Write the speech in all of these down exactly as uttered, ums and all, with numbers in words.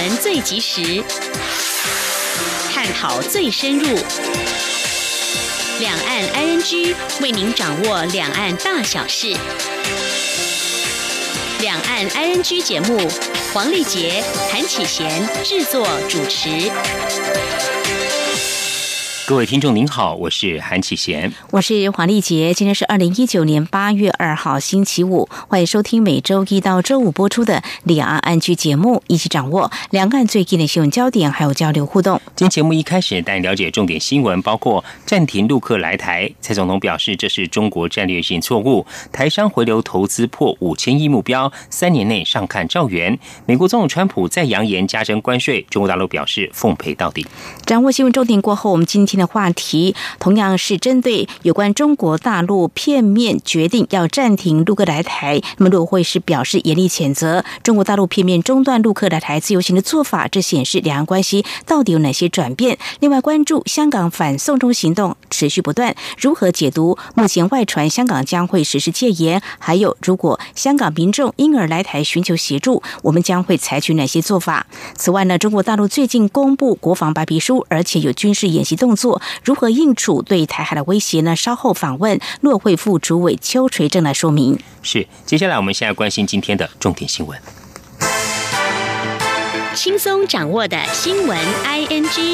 闻最及时，探讨最深入，两岸 I N G 为您掌握两岸大小事。两岸 I N G 节目，黄丽杰、韩启贤制作主持。 各位听众您好，我是韩启贤， 我是黄丽杰。今天是二零一九年八月二号星期五，欢迎收听每周一到周五播出的两岸 I N G 节目，一起掌握两岸最近的新闻焦点，还有交流互动。 今天节目一开始带你了解重点新闻，包括暂停陆客来台，蔡总统表示这是中国战略性错误，台商回流投资破五千亿目标，三年内上看兆元。美国总统川普再扬言加征关税，中国大陆表示奉陪到底。 掌握新闻重点过后，我们今天的话题同样是针对有关中国大陆片面决定要暂停陆客来台，那么陆委会是表示严厉谴责中国大陆片面中断陆客来台自由行的做法，这显示两岸关系到底有哪些转变？另外关注香港反送中行动持续不断，如何解读目前外传香港将会实施戒严？还有如果香港民众因而来台寻求协助，我们将会采取哪些做法？此外呢，中国大陆最近公布国防白皮书，而且有军事演习动作，如何应处对台海的威胁呢？稍后访问陆委会副主委邱垂正来说明。 是，接下来我们现在关心今天的重点新闻， 轻松掌握的新闻 I N G。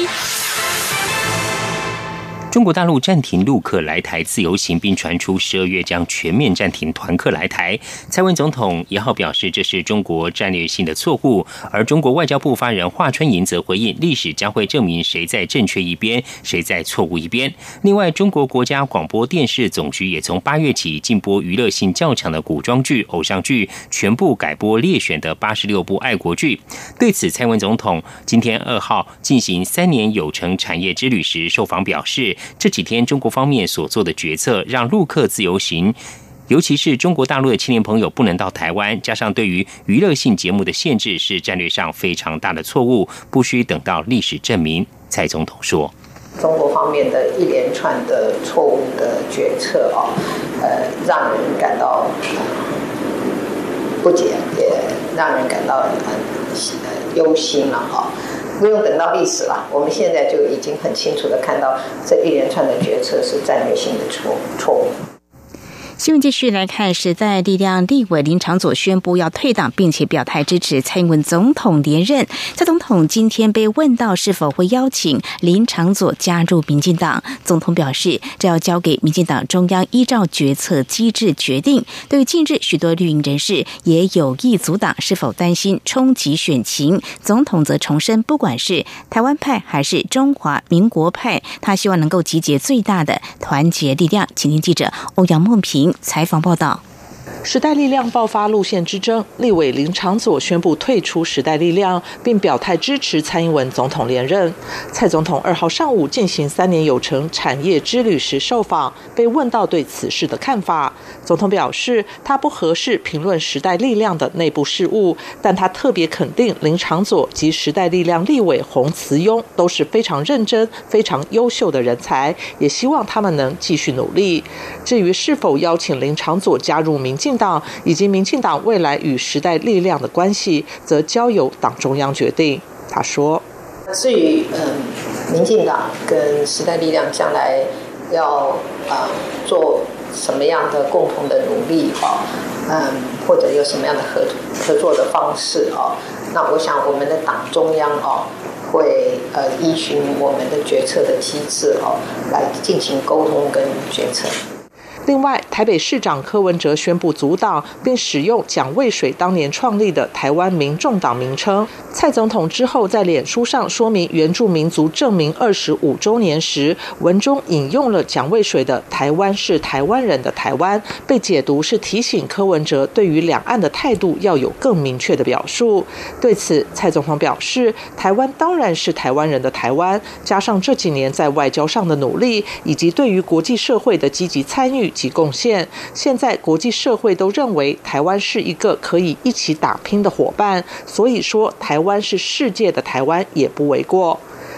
中国大陆暂停陆客来台自由行，并传出十二月将全面暂停团客来台。蔡英文总统一号表示，这是中国战略性的错误。而中国外交部发言人华春莹则回应，历史将会证明谁在正确一边，谁在错误一边。另外，中国国家广播电视总局也从八月起禁播娱乐性较强的古装剧、偶像剧，全部改播列选的八十六部爱国剧。对此，蔡英文总统今天二号进行三年有成产业之旅时受访表示，这几天中国方面所做的决策让陆客自由行，尤其是中国大陆的青年朋友不能到台湾，加上对于娱乐性节目的限制是战略上非常大的错误，不需等到历史证明。蔡总统说， 中国方面的一连串的错误的决策哦，呃，让人感到、呃、不解，也让人感到很、呃、忧心了哈、哦。不用等到历史了，我们现在就已经很清楚的看到这一连串的决策是战略性的错错误。 新闻继续来看，时代力量立委林昶佐宣布要退党，并且表态支持蔡英文总统连任。蔡总统今天被问到是否会邀请林昶佐加入民进党，总统表示这要交给民进党中央依照决策机制决定。对于近日许多绿营人士也有意阻挡，是否担心冲击选情，总统则重申，不管是台湾派还是中华民国派，他希望能够集结最大的团结力量。请听记者欧阳梦平采访报道。 时代力量爆发路线之争，立委林昶佐宣布退出时代力量，并表态支持蔡英文总统连任。蔡总统二号上午进行三年有成产业之旅时受访，被问到对此事的看法，总统表示他不合适评论时代力量的内部事务，但他特别肯定林昶佐及时代力量立委洪慈庸都是非常认真、非常优秀的人才，也希望他们能继续努力。至于是否邀请林昶佐加入民进党以及民进党未来与时代力量的关系，则交由党中央决定。他说：“ 至于嗯，民进党跟时代力量将来要啊、呃、做什么样的共同的努力哦，嗯，或者有什么样的合合作的方式哦，那我想我们的党中央哦会呃依循我们的决策的机制哦来进行沟通跟决策。” 另外，台北市长柯文哲宣布阻挡，并使用蒋渭水当年创立的台湾民众党名称。蔡总统之后在脸书上说明原住民族正名二十五周年时，文中引用了蒋渭水的“台湾是台湾人的台湾”，被解读是提醒柯文哲对于两岸的态度要有更明确的表述。对此，蔡总统表示，台湾当然是台湾人的台湾，加上这几年在外交上的努力，以及对于国际社会的积极参与及贡献，现在国际社会都认为台湾是一个可以一起打拼的伙伴，所以说台湾是世界的台湾也不为过。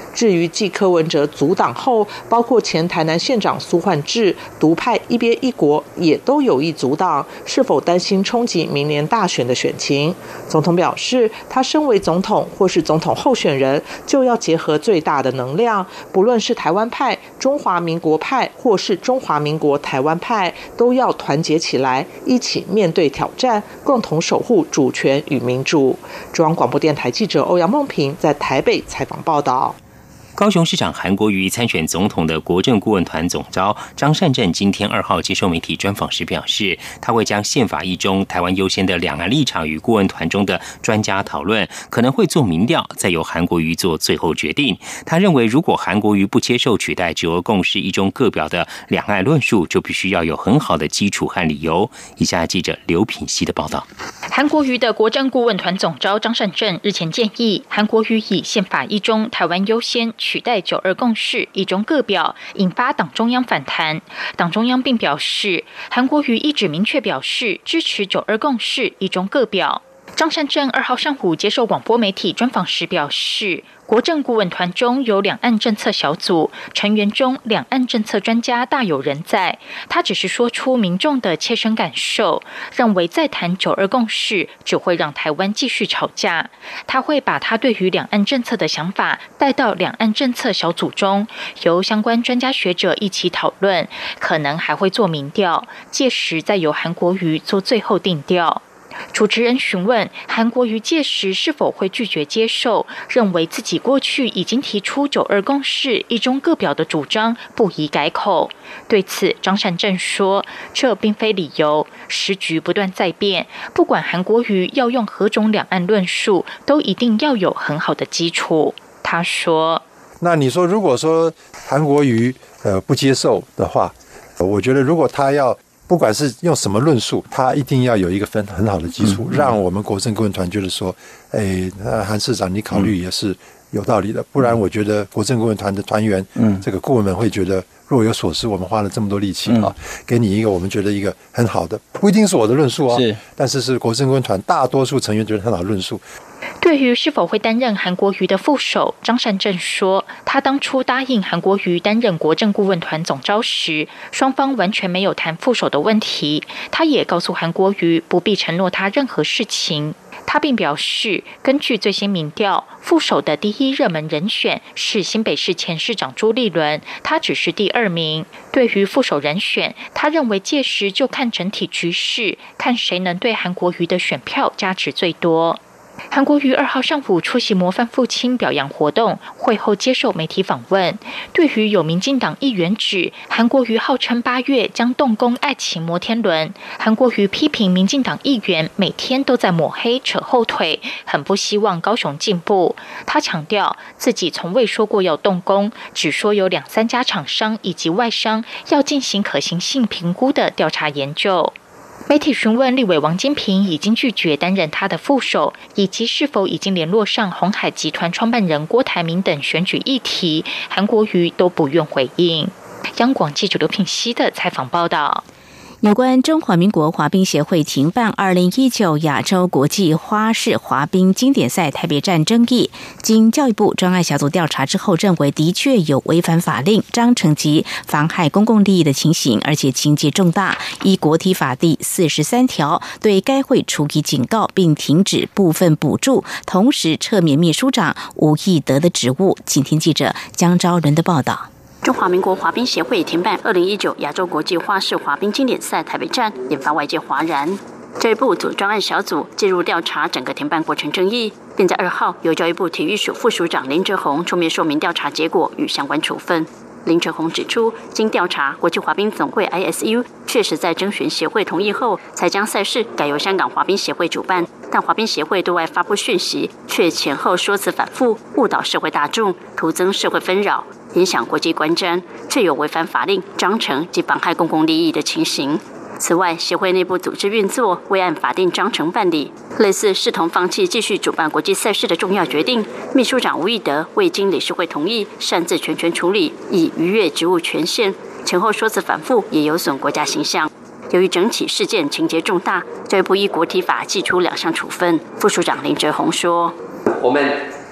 至于继柯文哲阻挡后，包括前台南县长苏焕智、独派一边一国也都有意阻挡，是否担心冲击明年大选的选情？总统表示，他身为总统或是总统候选人，就要结合最大的能量，不论是台湾派、中华民国派或是中华民国台湾派，都要团结起来，一起面对挑战，共同守护主权与民主。中央广播电台记者欧阳梦平在台北采访报道。 高雄市长韩国瑜参选总统的国政顾问团总召张善政今天二号接受媒体专访时表示，他会将宪法一中台湾优先的两岸立场与顾问团中的专家讨论，可能会做民调，再由韩国瑜做最后决定。他认为，如果韩国瑜不接受取代九二共识一中各表的两岸论述，就必须要有很好的基础和理由。以下记者刘品希的报道。 韩国瑜的国政顾问团总召张善政日前建议，韩国瑜以宪法一中台湾优先取代九二共识一中各表，引发党中央反弹。党中央并表示，韩国瑜一直明确表示支持九二共识一中各表。张善政二号上午接受广播媒体专访时表示，国政顾问团中有两岸政策小组，成员中两岸政策专家大有人在。他只是说出民众的切身感受，认为再谈九二共识只会让台湾继续吵架。他会把他对于两岸政策的想法带到两岸政策小组中，由相关专家学者一起讨论，可能还会做民调，届时再由韩国瑜做最后定调。主持人询问韩国瑜届时是否会拒绝接受，认为自己过去已经提出九二共识一中各表的主张，不宜改口。对此，张善政说，这并非理由，时局不断在变，不管韩国瑜要用何种两岸论述，都一定要有很好的基础。他说， 那你说如果说韩国瑜呃不接受的话，我觉得如果他要不管是用什么论述，他一定要有一个分很好的基础，嗯、让我们国政顾问团觉得说，哎，韩市长你考虑也是有道理的，不然我觉得国政顾问团的团员，嗯，这个顾问们会觉得若有所失，我们花了这么多力气啊，嗯、给你一个我们觉得一个很好的，不一定是我的论述啊，是，但是是国政顾问团大多数成员觉得很好的论述。 对于是否会担任韩国瑜的副手，张善政说，他当初答应韩国瑜担任国政顾问团总召时，双方完全没有谈副手的问题。他也告诉韩国瑜不必承诺他任何事情。他并表示，根据最新民调，副手的第一热门人选是新北市前市长朱立伦，他只是第二名。对于副手人选，他认为届时就看整体局势，看谁能对韩国瑜的选票加持最多。韩国瑜二号上午出席模范父亲表扬活动，会后接受媒体访问。对于有民进党议员指韩国瑜号称八月将动工爱情摩天轮，韩国瑜批评民进党议员每天都在抹黑扯后腿，很不希望高雄进步。他强调自己从未说过要动工，只说有两三家厂商以及外商要进行可行性评估的调查研究。媒体询问立委王金平已经拒绝担任他的副手，以及是否已经联络上鸿海集团创办人郭台铭等选举议题，韩国瑜都不愿回应。央广记者刘品希的采访报道。 有关中华民国滑冰协会停办二零一九亚洲国际花式滑冰经典赛台北站争议，经教育部专案小组调查之后，认为的确有违反法令、章程及妨害公共利益的情形，而且情节重大，依国体法第四十三条对该会处以警告，并停止部分补助，同时撤免秘书长吴义德的职务。请听记者江昭伦的报道。 中华民国滑冰协会停办二零一九亚洲国际花式滑冰经典赛台北站，引发外界哗然。教育部组专案小组介入调查整个停办过程争议，并在二号由教育部体育署副署长林哲宏出面说明调查结果与相关处分。林哲宏指出，经调查，国际滑冰总会 I S U 确实在征询协会同意后，才将赛事改由香港滑冰协会主办，但滑冰协会对外发布讯息，却前后说辞反复，误导社会大众，徒增社会纷扰，影响国际观瞻，确有违反法令、章程及妨害公共利益的情形。此外，协会内部组织运作未按法定章程办理，类似视同放弃继续主办国际赛事的重要决定，秘书长吴义德未经理事会同意擅自全权处理，以逾越职务权限，前后说辞反复，也有损国家形象。由于整起事件情节重大，教育部依国体法祭出两项处分。副署长林哲宏说：“ 我们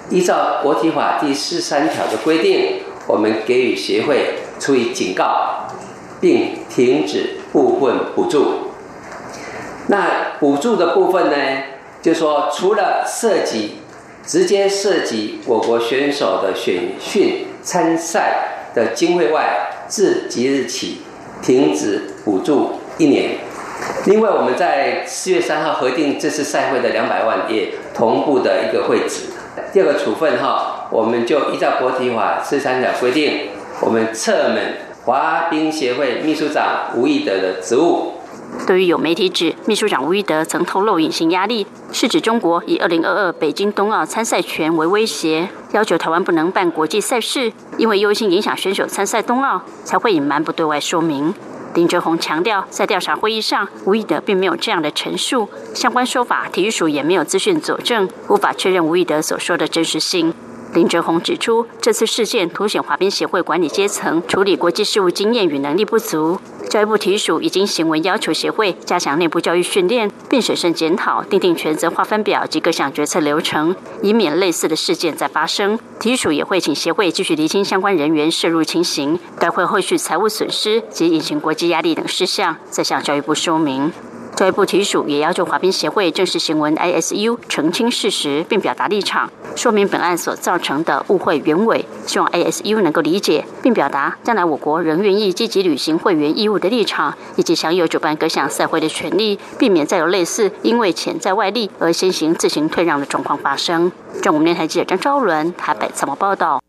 依照国体法第四十三条的规定，我们给予协会处以警告，并停止部分补助。那补助的部分呢，就是说除了涉及直接涉及我国选手的选训参赛的经费外，自即日起停止补助一年。另外，我们在四月三号核定这次赛会的两百万也同步的一个会址。第二个处分哈，我们就依照国体法四十三条规定，我们撤免滑冰协会秘书长吴义德的职务。 对于有媒体指秘书长吴义德曾透露隐形压力，是指中国以二零二二北京冬奥参赛权为威胁，要求台湾不能办国际赛事，因为忧心影响选手参赛冬奥，才会隐瞒不对外说明。林哲宏强调，在调查会议上，吴义德并没有这样的陈述，相关说法体育署也没有资讯佐证，无法确认吴义德所说的真实性。林哲宏指出，这次事件凸显滑冰协会管理阶层处理国际事务经验与能力不足。教育部体育署已经行文要求协会加强内部教育训练，并审慎检讨，订定权责划分表及各项决策流程，以免类似的事件再发生。体育署也会请协会继续厘清相关人员涉入情形，该会后续财务损失及隐形国际压力等事项，再向教育部说明。教育部体育署也要求滑冰协会正式行文 I S U 澄清事实，并表达立场，说明本案所造成的误会原委，希望 I S U 能够理解，并表达将来我国仍愿意积极履行会员义务的立场，以及享有主办各项赛会的权利，避免再有类似因为潜在外力而先行自行退让的状况发生。中国电台记者张昭伦台北采访报道。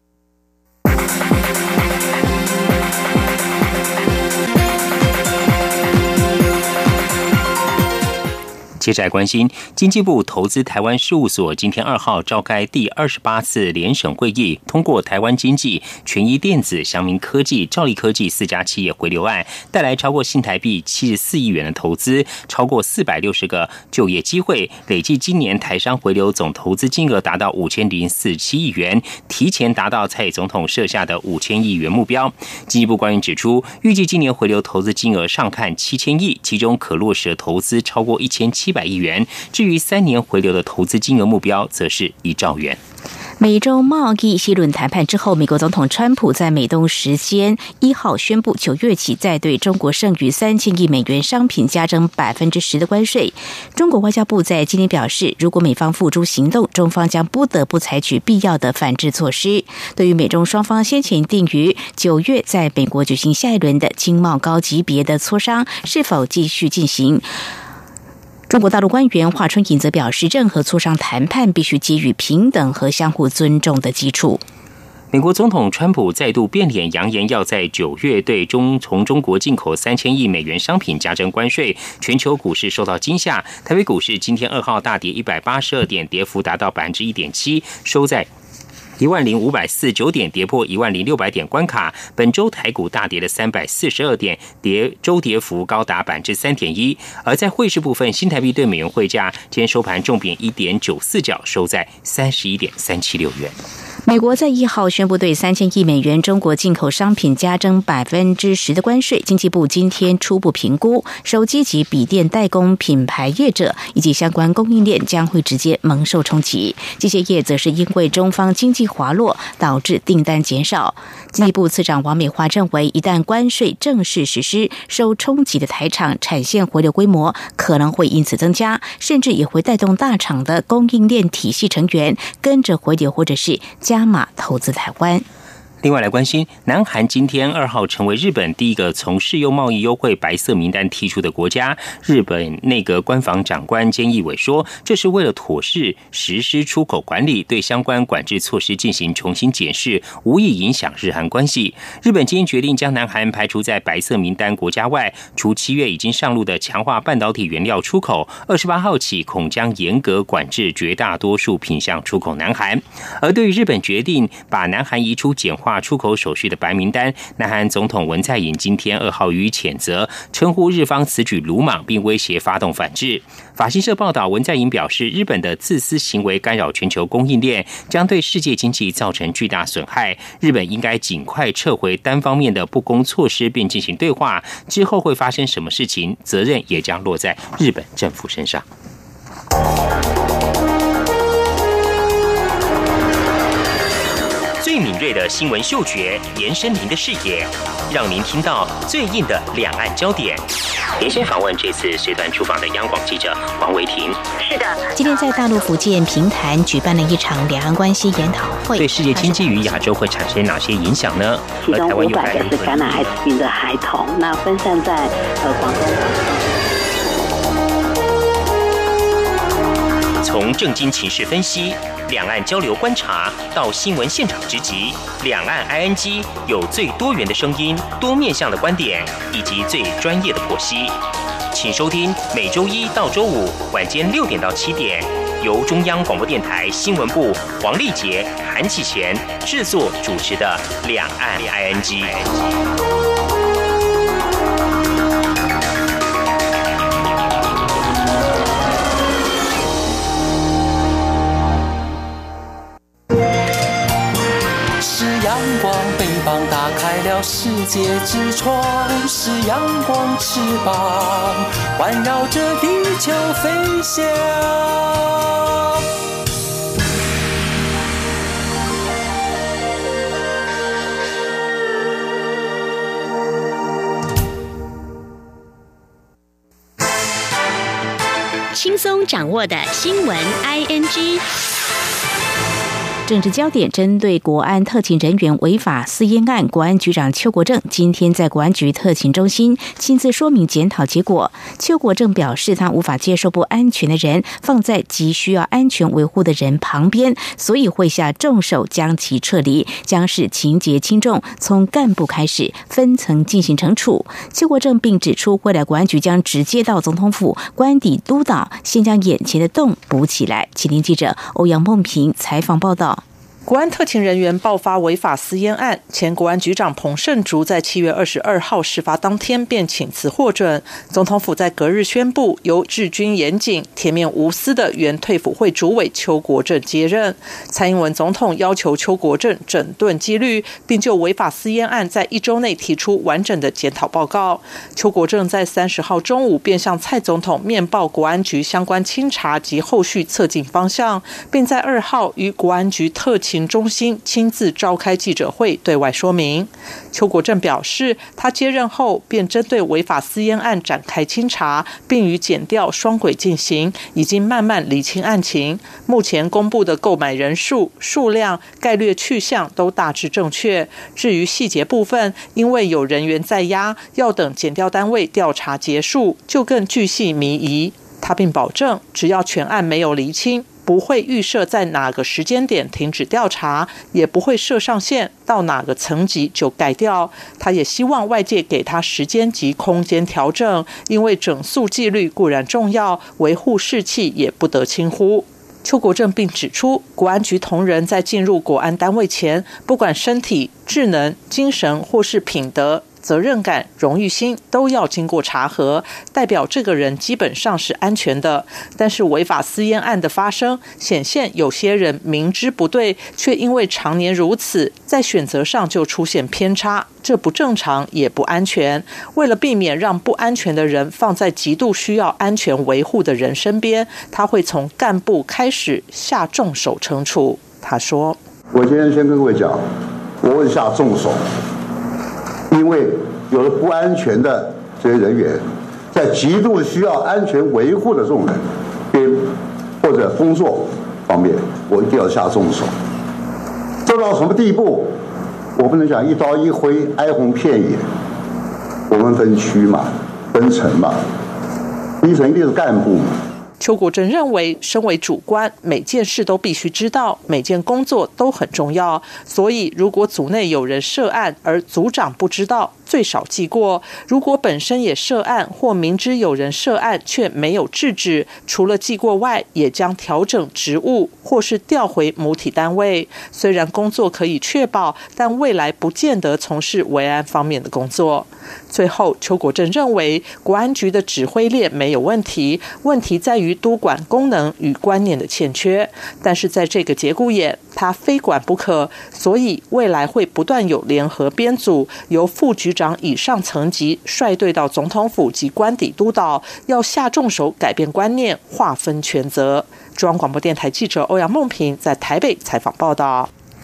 接着来关心，经济部投资台湾事务所今天二号召开第二十八次联审会议，通过台湾经济、权益电子、祥明科技、兆利科技四家企业回流案，带来超过新台币七十四亿元的投资，超过四百六十个就业机会，累计今年台商回流总投资金额达到五千零四十七亿元，提前达到蔡总统设下的五千亿元目标。经济部官员指出，预计今年回流投资金额上看七千亿，其中可落实的投资超过一千七百亿元，至于三年回流的投资金额目标，则是一兆元。 美中贸易协论谈判之后，美国总统川普在美东时间一号宣布，九月起再对中国剩余三千亿美元商品加征百分之十的关税。中国外交部在今天表示，如果美方付诸行动，中方将不得不采取必要的反制措施。对于美中双方先前定于九月在美国举行下一轮的经贸高级别的磋商是否继续进行，中国大陆官员华春莹则表示，任何磋商谈判必须基于平等和相互尊重的基础。 美国总统川普再度变脸，扬言要在九月对中从中国进口三千亿美元商品加征关税，全球股市受到惊吓。台北股市今天二号大跌一百八十二点，跌幅达到百分之一点七，收在一万零五百四十九点，跌破一万零六百点关卡。本周台股大跌了三百四十二点，跌周跌幅高达百分之三点一。而在汇市部分，新台币对美元汇价今天收盘重贬一点九四角，收在三十一点三七六元。 美国在一号宣布对三千亿美元中国进口商品加征百分之十的关税。经济部今天初步评估，手机及笔电代工品牌业者以及相关供应链将会直接蒙受冲击。机械业则是因为中方经济滑落，导致订单减少。经济部次长王美花认为，一旦关税正式实施，受冲击的台厂产线回流规模可能会因此增加，甚至也会带动大厂的供应链体系成员跟着回流，或者是加码投资台湾。 另外来关心，南韩今天二号成为日本第一个从适用贸易优惠白色名单剔出的国家。日本内阁官房长官菅义伟说，这是为了妥适实施出口管理，对相关管制措施进行重新检视，无意影响日韩关系。日本今天决定将南韩排除在白色名单国家外，除七月已经上路的强化半导体原料出口，二十八号起恐将严格管制绝大多数品项出口南韩。而对于日本决定把南韩移出简化出口手续的白名单，南韩总统文在寅今天二号予以谴责，称呼日方此举鲁莽，并威胁发动反制。法新社报道，文在寅表示，日本的自私行为干扰全球供应链，将对世界经济造成巨大损害。日本应该尽快撤回单方面的不公措施，并进行对话。之后会发生什么事情，责任也将落在日本政府身上。 锐的新闻嗅觉延伸您的视野，让您听到最硬的两岸焦点。连线访问这次随团出访的央广记者王维婷。 是的， 今天在大陆福建平潭举办了一场两岸关系研讨会， 对世界经济与亚洲会产生哪些影响呢？ 其中五百个是感染艾滋病的孩童，那分散在呃广东。 从政经情势分析、两岸交流观察到新闻现场直击，两岸 I N G 有最多元的声音、多面向的观点以及最专业的剖析。请收听每周一到周五晚间六点到七点，由中央广播电台新闻部黄丽杰、韩启贤制作主持的《两岸 I N G》。 阳光，北方打开了世界之窗，是阳光翅膀，环绕着地球飞翔。 轻松掌握的新闻 I N G。 政治焦点针对国安特勤人员违法私烟案，国安局长邱国正今天在国安局特勤中心亲自说明检讨结果。邱国正表示，他无法接受不安全的人放在急需要安全维护的人旁边，所以会下重手将其撤离，将是情节轻重，从干部开始分层进行惩处。邱国正并指出，未来国安局将直接到总统府官邸督导，先将眼前的洞补起来。请听记者欧阳梦平采访报道。 国安特勤人员爆发违法私烟案，前国安局长彭胜竹在七月二十二号事发当天便请辞获准，总统府在隔日宣布由治军严谨、铁面无私的原退辅会主委邱国正接任。蔡英文总统要求邱国正整顿纪律，并就违法私烟案在一周内提出完整的检讨报告。邱国正在三十号中午便向蔡总统面报国安局相关清查及后续策进方向，并在二号于国安局特勤中心亲自召开记者会对外说明。邱国正表示，他接任后便针对违法私烟案展开清查，并与检调双轨进行，已经慢慢厘清案情。目前公布的购买人数、数量、概略去向都大致正确。至于细节部分，因为有人员在押，要等检调单位调查结束，就更巨细靡遗。他并保证，只要全案没有厘清，不会预设在哪个时间点停止调查，也不会设上限，到哪个层级就改掉。他也希望外界给他时间及空间调整，因为整肃纪律固然重要，维护士气也不得轻忽。邱国正并指出，国安局同仁在进入国安单位前，不管身体、智能、精神或是品德、责任感、荣誉心都要经过查核，代表这个人基本上是安全的。但是违法私烟案的发生，显现有些人明知不对，却因为常年如此，在选择上就出现偏差，这不正常也不安全。为了避免让不安全的人放在极度需要安全维护的人身边，他会从干部开始下重手惩处。他说， 我今天先跟各位讲，我会下重手，因为有了不安全的这些人员，在极度需要安全维护的这种人，跟或者工作方面，我一定要下重手。做到什么地步？我不能讲一刀一挥、哀鸿遍野。我们分区嘛，分层嘛，第一层一定是干部嘛。 邱国正认为，身为主官，每件事都必须知道，每件工作都很重要。所以，如果组内有人涉案，而组长不知道，最少记过；如果本身也涉案，或明知有人涉案却没有制止，除了记过外，也将调整职务，或是调回母体单位。虽然工作可以确保，但未来不见得从事维安方面的工作。最后，邱国正认为，国安局的指挥链没有问题，问题在于督管功能与观念的欠缺。但是在这个节骨眼，他非管不可，所以未来会不断有联合编组，由副局长以上层级率队到总统府及官邸督导，要下重手改变观念，划分权责。中央广播电台记者欧阳梦平在台北采访报道。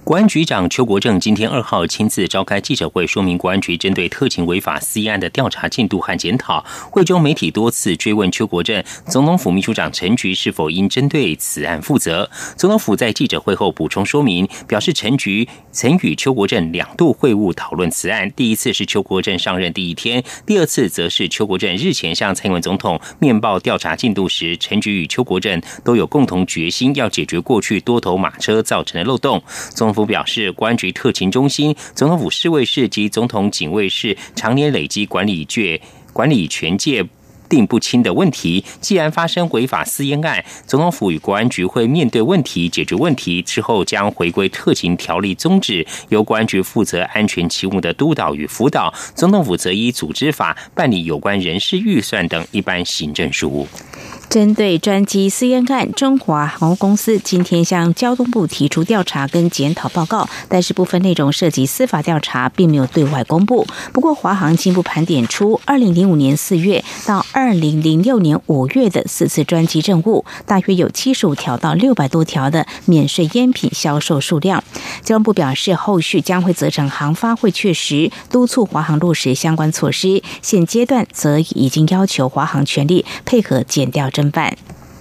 国安局长邱国正今天二号亲自召开记者会，说明国安局针对特勤违法私案的调查进度和检讨。会中媒体多次追问邱国正，总统府秘书长陈菊是否应针对此案负责。总统府在记者会后补充说明，表示陈菊曾与邱国正两度会晤讨论此案，第一次是邱国正上任第一天，第二次则是邱国正日前向蔡英文总统面报调查进度时，陈菊与邱国正都有共同决心要解决过去多头马车造成的漏洞。总统府表示，国安局特勤中心、总统府侍卫室及总统警卫室常年累积管理界管理权界定不清的问题，既然发生违法私烟案，总统府与国安局会面对问题、解决问题之后，将回归特勤条例宗旨，由国安局负责安全勤务的督导与辅导，总统府则依组织法办理有关人事预算等一般行政事务。 针对专机私烟案，中华航空公司今天向交通部提出调查跟检讨报告，但是部分内容涉及司法调查，并没有对外公布。不过华航进一步盘点出二零零五年四月到二零零六年五月的四次专机任务，大约有七十五条到六百多条的免税烟品销售数量。交通部表示，后续将会责成航发会确实督促华航落实相关措施，现阶段则已经要求华航全力配合检调侦办。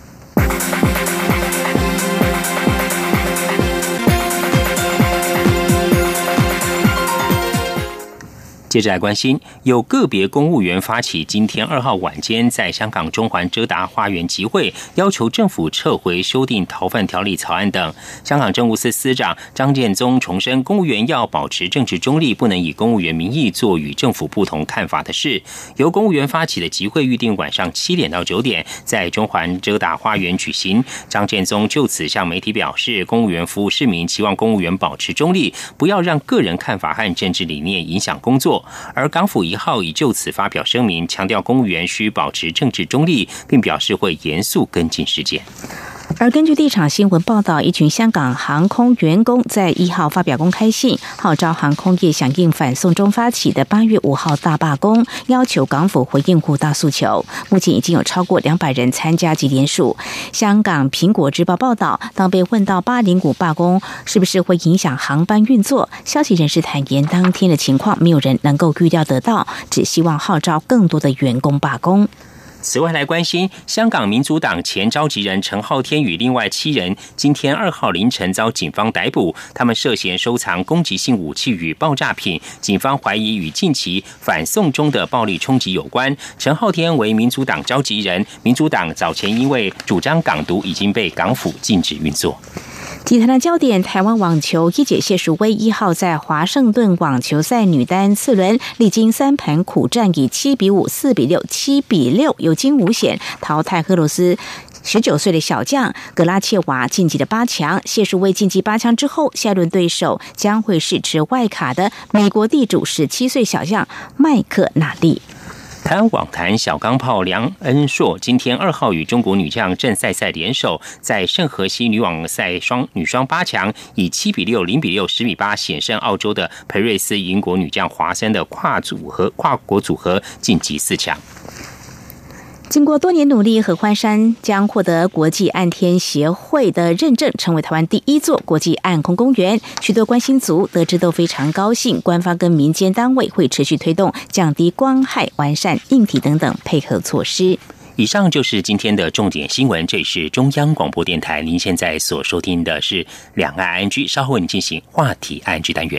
接着来关心，有个别公务员发起今天二号晚间在香港中环遮达花园集会，要求政府撤回修订逃犯条例草案等。香港政务司司长张建宗重申，公务员要保持政治中立，不能以公务员名义做与政府不同看法的事。由公务员发起的集会预定晚上七点到九点在中环遮达花园举行。张建宗就此向媒体表示，公务员服务市民，期望公务员保持中立，不要让个人看法和政治理念影响工作。而港府一号已就此发表声明，强调公务员需保持政治中立，并表示会严肃跟进事件。 而根据立场新闻报道，一群香港航空员工在一号发表公开信，号召航空业响应反送中发起的八月五号大罢工，要求港府回应五大诉求。目前已经有超过两百人参加及联署。香港苹果日报报道，当被问到八零五罢工是不是会影响航班运作，消息人士坦言，当天的情况没有人能够预料得到，只希望号召更多的员工罢工。 此外，来关心香港民主党前召集人陈浩天与另外七人，今天二号凌晨遭警方逮捕，他们涉嫌收藏攻击性武器与爆炸品，警方怀疑与近期反送中的暴力冲击有关。陈浩天为民主党召集人，民主党早前因为主张港独已经被港府禁止运作。 体坛的焦点，台湾网球一姐谢淑薇一号在华盛顿网球赛女单次轮历经三盘苦战，以七比五、四比六、七比六有惊无险淘汰俄罗斯十九岁的小将格拉切娃，晋级的八强。谢淑薇晋级八强之后，下一轮对手将会是持外卡的美国地主十七岁小将麦克纳利。 台湾网坛小钢炮梁恩硕今天二号与中国女将郑赛赛联手，在圣荷西女网赛双女双八强，以七比六、零比六、十比八险胜澳洲的裴瑞斯、英国女将华森的跨组合跨国组合晋级四强。 经过多年努力，合欢山将获得国际岸天协会的认证，成为台湾第一座国际岸空公园。许多关心族得知都非常高兴，官方跟民间单位会持续推动降低光害、完善硬体等等配合措施。 以上就是今天的重点新闻，这里是中央广播电台，您现在所收听的是两岸 I N G， 稍后为您进行话题 I N G 单元。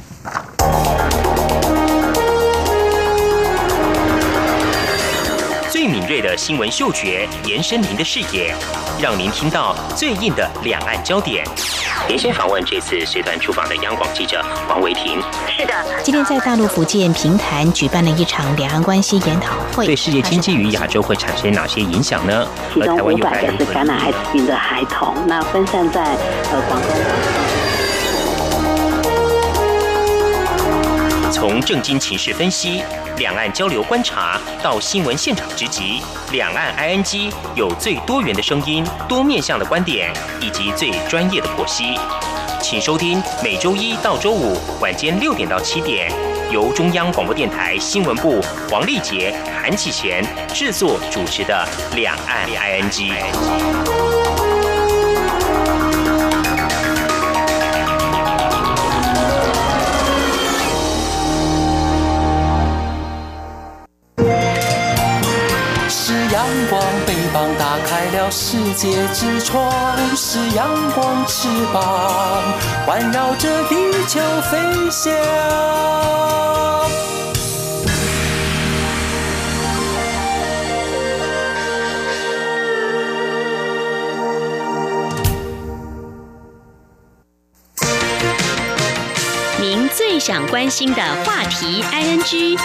最敏锐的新闻嗅觉，延伸您的视野，让您听到最硬的两岸焦点。连线访问这次随团出访的央广记者王维婷。 是的， 今天在大陆福建平潭举办了一场两岸关系研讨会， 对世界经济与亚洲会产生哪些影响呢？ 其中五百个是感染艾滋病的孩童，那分散在呃广东。 从政经情势分析、两岸交流观察到新闻现场直击，两岸 I N G 有最多元的声音、多面向的观点以及最专业的剖析。请收听每周一到周五晚间六点到七点，由中央广播电台新闻部黄丽杰、韩启贤制作主持的《两岸 I N G》。 界之窗，是阳光翅膀，环绕着地球飞翔。 您最想关心的话题 I N G。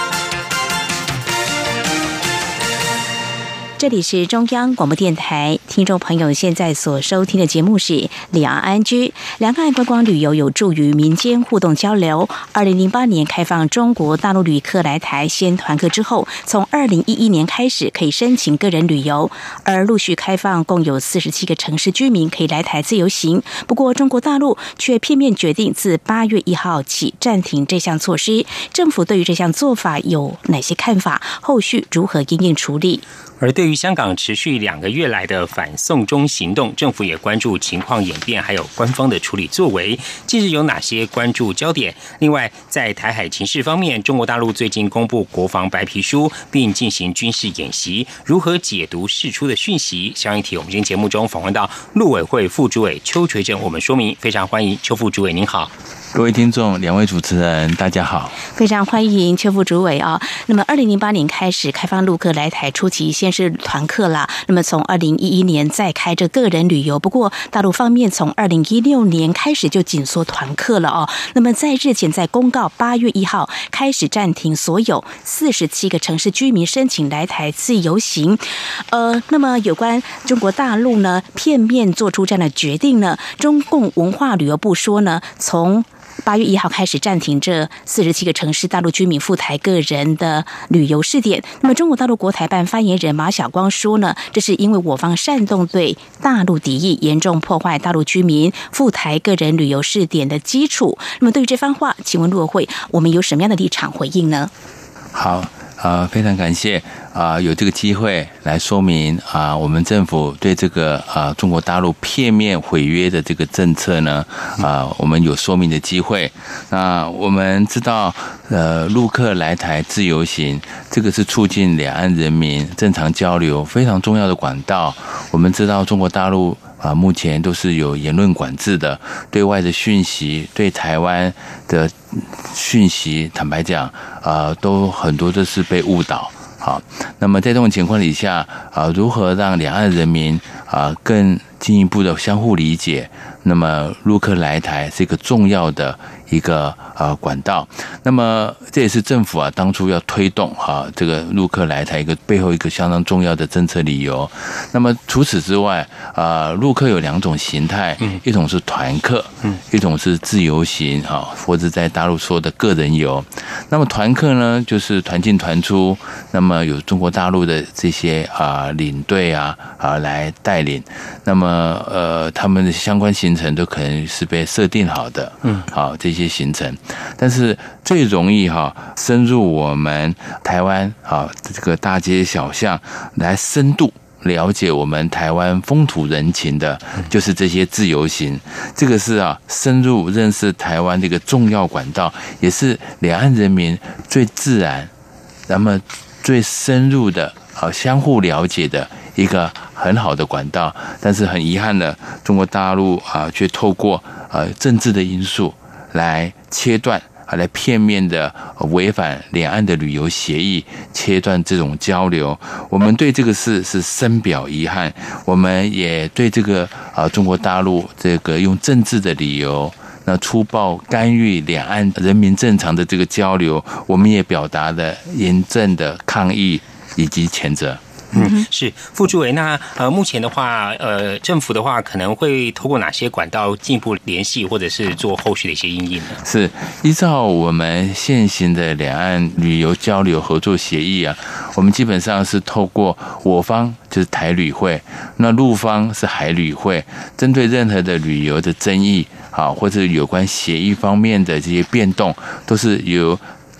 这里是中央广播电台，听众朋友现在所收听的节目是两岸 I N G。两岸观光旅游有助于民间互动交流。二零零八年开放中国大陆旅客来台先团客之后，从二零一一年开始可以申请个人旅游，而陆续开放共有四十七个城市居民可以来台自由行。不过中国大陆却片面决定自八月一号起暂停这项措施。政府对于这项做法有哪些看法？后续如何因应处理？ 而对于香港持续两个月来的反送中行动，政府也关注情况演变，还有官方的处理作为。近日有哪些关注焦点？另外，在台海情势方面，中国大陆最近公布国防白皮书，并进行军事演习，如何解读释出的讯息？相关议题，我们今天节目中访问到陆委会副主委邱垂正，我们说明。非常欢迎邱副主委，您好。 各位听众，两位主持人，大家好， 非常欢迎邱副主委啊。那么，二零零八年开始开放陆客来台，初期先是团客啦。那么，从二零一一年再开这个人旅游。不过，大陆方面从二零一六年开始就紧缩团客了哦。那么，在日前在公告八月一号开始暂停所有四十七个城市居民申请来台自由行。呃，那么有关中国大陆呢片面做出这样的决定呢，中共文化旅游部说呢，从八月一号开始暂停这四十七个城市大陆居民赴台个人的旅游试点。那么中国大陆国台办发言人马晓光说呢，这是因为我方煽动对大陆敌意，严重破坏大陆居民赴台个人旅游试点的基础。那么对于这番话，请问陆委会我们有什么样的立场回应呢？ 好，呃，非常感谢啊、呃，有这个机会来说明啊、呃，我们政府对这个啊、呃、中国大陆片面毁约的这个政策呢，啊、呃，我们有说明的机会。那我们知道，呃，陆客来台自由行，这个是促进两岸人民正常交流非常重要的管道。我们知道，中国大陆啊，目前都是有言论管制的，对外的讯息，对台湾的讯息，坦白讲，啊，都很多都是被误导。好，那么在这种情况底下，啊，如何让两岸人民啊更进一步的相互理解？那么陆客来台是一个重要的一个呃管道。那么这也是政府啊当初要推动哈、啊、这个陆客来台一个背后一个相当重要的政策理由。那么除此之外啊，陆客有两种形态，嗯、一种是团客，嗯，一种是自由行啊，或者在大陆说的个人游。那么团客呢，就是团进团出，那么有中国大陆的这些啊领队啊啊来带领。那么呃，他们的相关行程都可能是被设定好的，嗯，好这些行程，但是最容易哈深入我们台湾啊这个大街小巷来深度了解我们台湾风土人情的，就是这些自由行。这个是啊深入认识台湾这个重要管道，也是两岸人民最自然，那么最深入的啊相互了解的一个很好的管道。但是很遗憾的，中国大陆啊却透过呃政治的因素来切断啊，来片面的违反两岸的旅游协议，切断这种交流。我们对这个事是深表遗憾，我们也对这个啊中国大陆这个用政治的理由那粗暴干预两岸人民正常的这个交流，我们也表达了严正的抗议以及谴责。 嗯，是副主委。那呃，目前的话，呃，政府的话可能会透过哪些管道进一步联系，或者是做后续的一些因应呢？ 是依照我们现行的两岸旅游交流合作协议啊，我们基本上是透过我方就是台旅会，那陆方是海旅会，针对任何的旅游的争议啊，或者有关协议方面的这些变动，都是由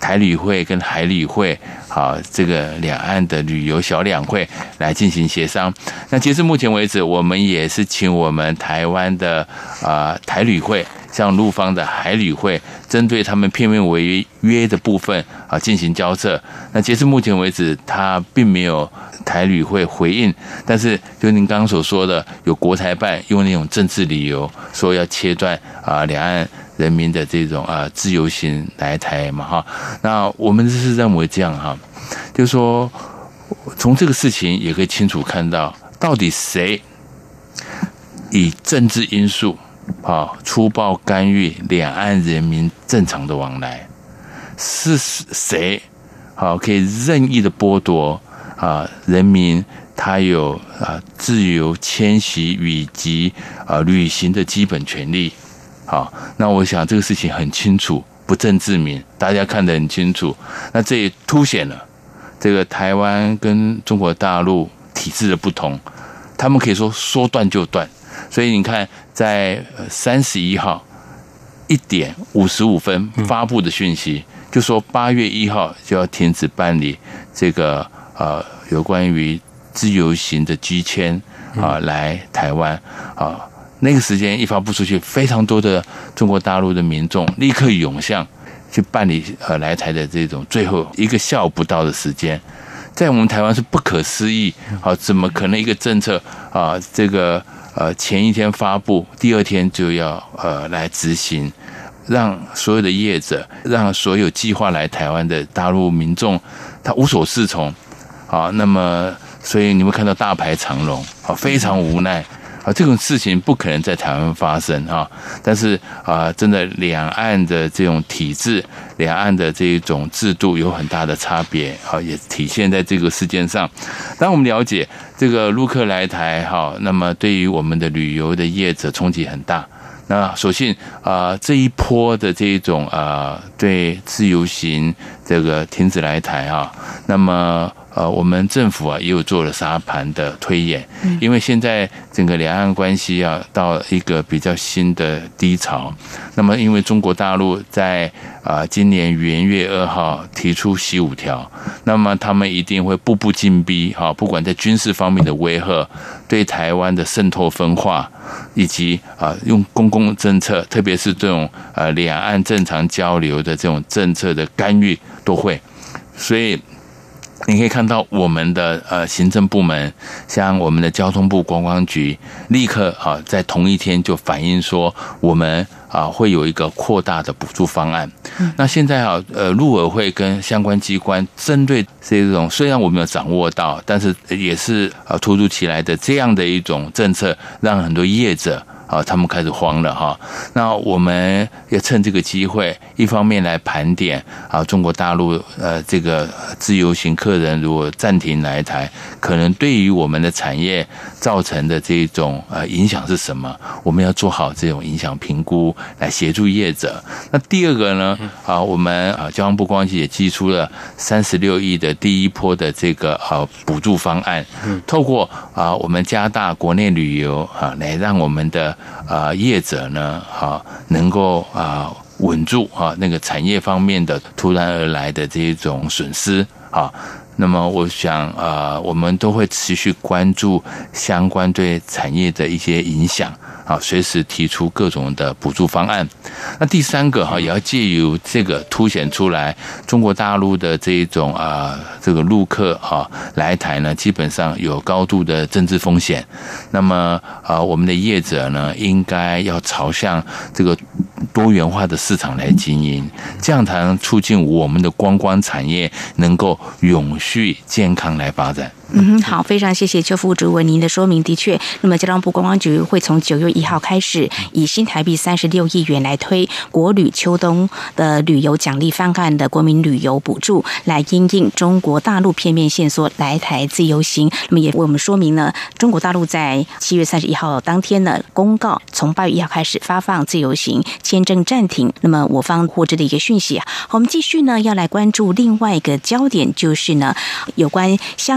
台旅会跟海旅会，好，这个两岸的旅游小两会来进行协商。那截至目前为止，我们也是请我们台湾的啊、呃、台旅会，像陆方的海旅会，针对他们片面违约的部分啊进行交涉。那截至目前为止，他并没有台旅会回应，但是就您刚刚所说的，有国台办用那种政治理由说要切断啊两岸人民的这种啊自由行来台嘛哈。那我们是认为这样哈，就是说从这个事情也可以清楚看到，到底谁以政治因素啊粗暴干预两岸人民正常的往来，是谁好可以任意的剥夺啊人民他有啊自由迁徙以及啊旅行的基本权利。好，那我想这个事情很清楚，不证自明，大家看得很清楚。那这也凸显了这个台湾跟中国大陆体制的不同，他们可以说说断就断。所以你看，在三十一号一点五十五分发布的讯息，就说八月一号就要停止办理这个呃有关于自由行的居签啊来台湾啊。那个时间一发布出去，非常多的中国大陆的民众立刻涌向去办理呃来台的这种最后一个下午不到的时间，在我们台湾是不可思议啊！怎么可能一个政策啊，这个呃前一天发布，第二天就要呃来执行，让所有的业者，让所有计划来台湾的大陆民众他无所适从啊！那么，所以你会看到大排长龙啊，非常无奈。啊，这种事情不可能在台湾发生啊！但是啊，真的两岸的这种体制，两岸的这种制度有很大的差别啊，也体现在这个事件上。当我们了解这个陆客来台哈，那么对于我们的旅游的业者冲击很大。那所幸啊，这一波的这种啊，对自由行这个停止来台啊，那么。呃，我们政府啊也有做了沙盘的推演，因为现在整个两岸关系啊到一个比较新的低潮。那么，因为中国大陆在啊、呃、今年元月二号提出习五条，那么他们一定会步步进逼，哈，不管在军事方面的威吓，对台湾的渗透分化，以及啊、呃、用公共政策，特别是这种呃两岸正常交流的这种政策的干预都会，所以。你可以看到我们的呃行政部门，像我们的交通部观光局，立刻啊在同一天就反映说，我们啊会有一个扩大的补助方案。嗯、那现在啊呃陆委会跟相关机关针对这种虽然我们有掌握到，但是也是啊突如其来的这样的一种政策，让很多业者。啊，他们开始慌了哈。那我们也趁这个机会，一方面来盘点啊，中国大陆呃这个自由行客人如果暂停来台，可能对于我们的产业造成的这种呃影响是什么？我们要做好这种影响评估，来协助业者。那第二个呢，啊，我们啊交通部观光局也寄出了三十六亿的第一波的这个啊补助方案，透过啊我们加大国内旅游啊，来让我们的啊，业者呢，哈，能够啊稳住啊那个产业方面的突然而来的这种损失啊。那么，我想啊，我们都会持续关注相关对产业的一些影响啊，随时提出各种的补助方案。那第三个哈，也要借由这个凸显出来，中国大陆的这一种啊，这个陆客啊来台呢，基本上有高度的政治风险。那么啊，我们的业者呢，应该要朝向这个多元化的市场来经营，这样才能促进我们的观光产业能够永续健康来发展。 嗯，好，非常谢谢邱副主委您的说明。的确，那么交通部观光局会从九月一号开始，以新台币三十六亿元来推国旅秋冬的旅游奖励方案的国民旅游补助，来因应中国大陆片面限缩来台自由行。那么也为我们说明呢，中国大陆在七月三十一号当天呢公告，从八月一号开始发放自由行签证暂停。那么我方获知的一个讯息啊，我们继续呢要来关注另外一个焦点，就是呢有关香港民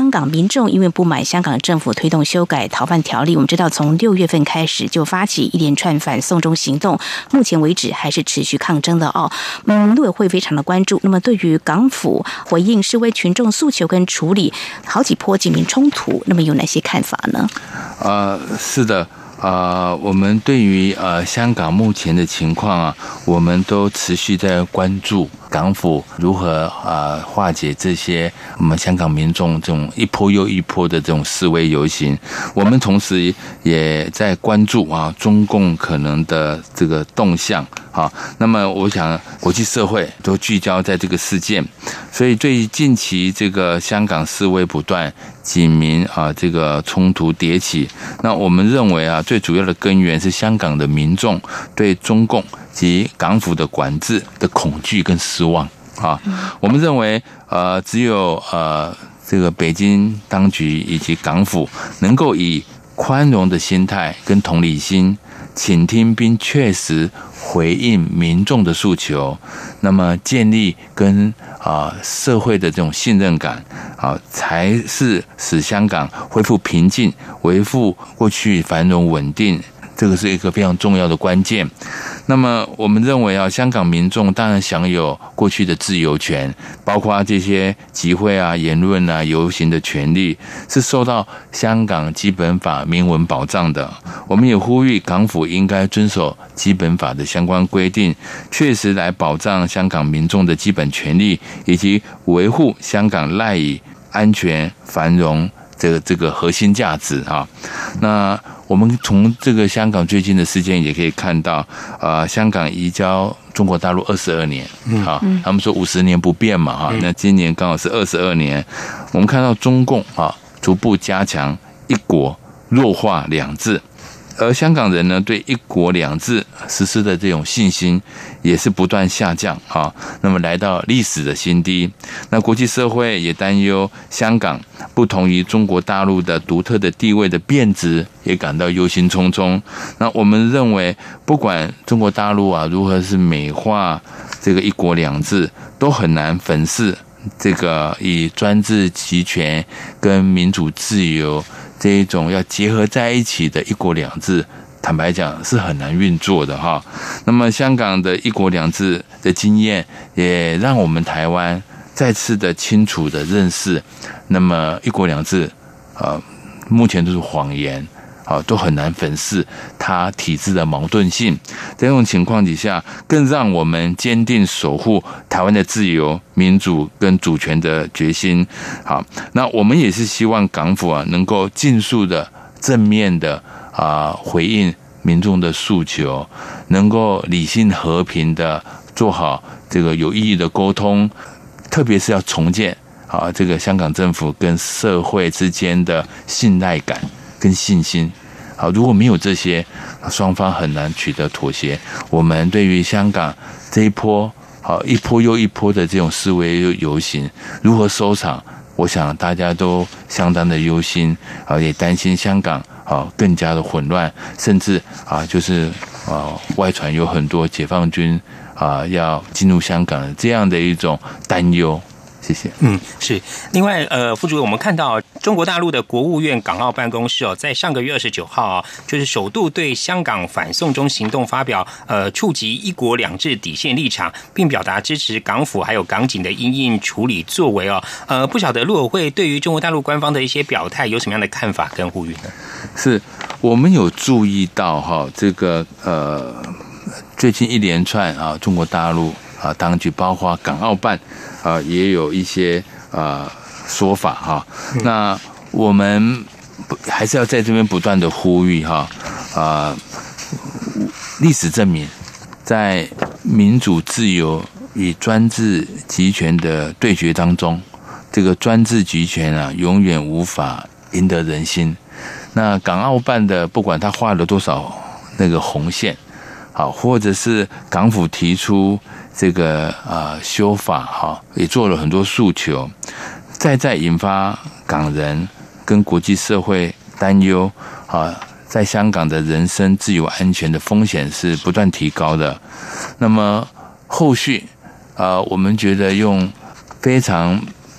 民众因为不满香港政府推动修改逃犯条例，我们知道从六月份开始就发起一连串反送中行动，目前为止还是持续抗争的哦。嗯，陆委会非常的关注。那么对于港府回应示威群众诉求跟处理好几波警民冲突，那么有哪些看法呢？ 呃，是的。呃，我们对于呃香港目前的情况啊，我们都持续在关注港府如何呃化解这些我们香港民众这种一波又一波的这种示威游行。我们同时也在关注啊中共可能的这个动向。好，那么我想国际社会都聚焦在这个事件，所以对近期这个香港示威不断，警民啊这个冲突迭起，那我们认为啊最主要的根源是香港的民众对中共及港府的管制的恐惧跟失望啊。我们认为呃只有呃这个北京当局以及港府能够以宽容的心态跟同理心倾听并确实回应民众的诉求，那么建立跟啊、呃、社会的这种信任感啊，才是使香港恢复平静、维护过去繁荣稳定，这个是一个非常重要的关键。那么我们认为啊，香港民众当然享有过去的自由权，包括这些集会啊、言论啊、游行的权利，是受到香港基本法明文保障的。我们也呼吁港府应该遵守基本法的相关规定，确实来保障香港民众的基本权利，以及维护香港赖以安全繁荣这个这个核心价值啊。那我们从这个香港最近的事件也可以看到，呃，香港移交中国大陆二十二年，啊，他们说五十年不变嘛，哈，那今年刚好是二十二年。我们看到中共啊，逐步加强一国，弱化两制。而香港人呢，对一国两制实施的这种信心也是不断下降啊，那么来到历史的新低。那国际社会也担忧香港不同于中国大陆的独特的地位的变质，也感到忧心忡忡。那我们认为，不管中国大陆啊如何是美化这个一国两制，都很难粉饰这个以专制集权跟民主自由这一种要结合在一起的一国两制，坦白讲是很难运作的哈。那么香港的一国两制的经验，也让我们台湾再次的清楚的认识，那么一国两制，呃，目前都是谎言。好，都很难粉饰它体制的矛盾性。在这种情况底下，更让我们坚定守护台湾的自由、民主跟主权的决心。好，那我们也是希望港府啊，能够尽速的正面的啊、呃、回应民众的诉求，能够理性和平的做好这个有意义的沟通，特别是要重建啊这个香港政府跟社会之间的信赖感跟信心。好，如果没有这些，双方很难取得妥协。我们对于香港这一波，好一波又一波的这种示威游行如何收场，我想大家都相当的忧心啊，也担心香港啊更加的混乱，甚至啊就是啊外传有很多解放军啊要进入香港的这样的一种担忧。谢谢。 嗯，是。另外，呃，副主委，我们看到中国大陆的国务院港澳办公室哦，在上个月二十九号啊，就是首度对香港反送中行动发表呃触及一国两制底线立场，并表达支持港府还有港警的因应处理作为哦。呃，不晓得陆委会对于中国大陆官方的一些表态有什么样的看法跟呼吁呢？ 是我们有注意到哈，这个呃最近一连串啊，中国大陆啊当局包括港澳办。啊，也有一些呃说法哈。那我们还是要在这边不断的呼吁哈。啊，历史证明，在民主自由与专制集权的对决当中，这个专制集权啊，永远无法赢得人心。那港澳办的，不管他画了多少那个红线，好，或者是港府提出。这个呃修法哈，也做了很多诉求，再再引发港人跟国际社会担忧啊，在香港的人身自由安全的风险是不断提高的。那么后续啊，我们觉得用非常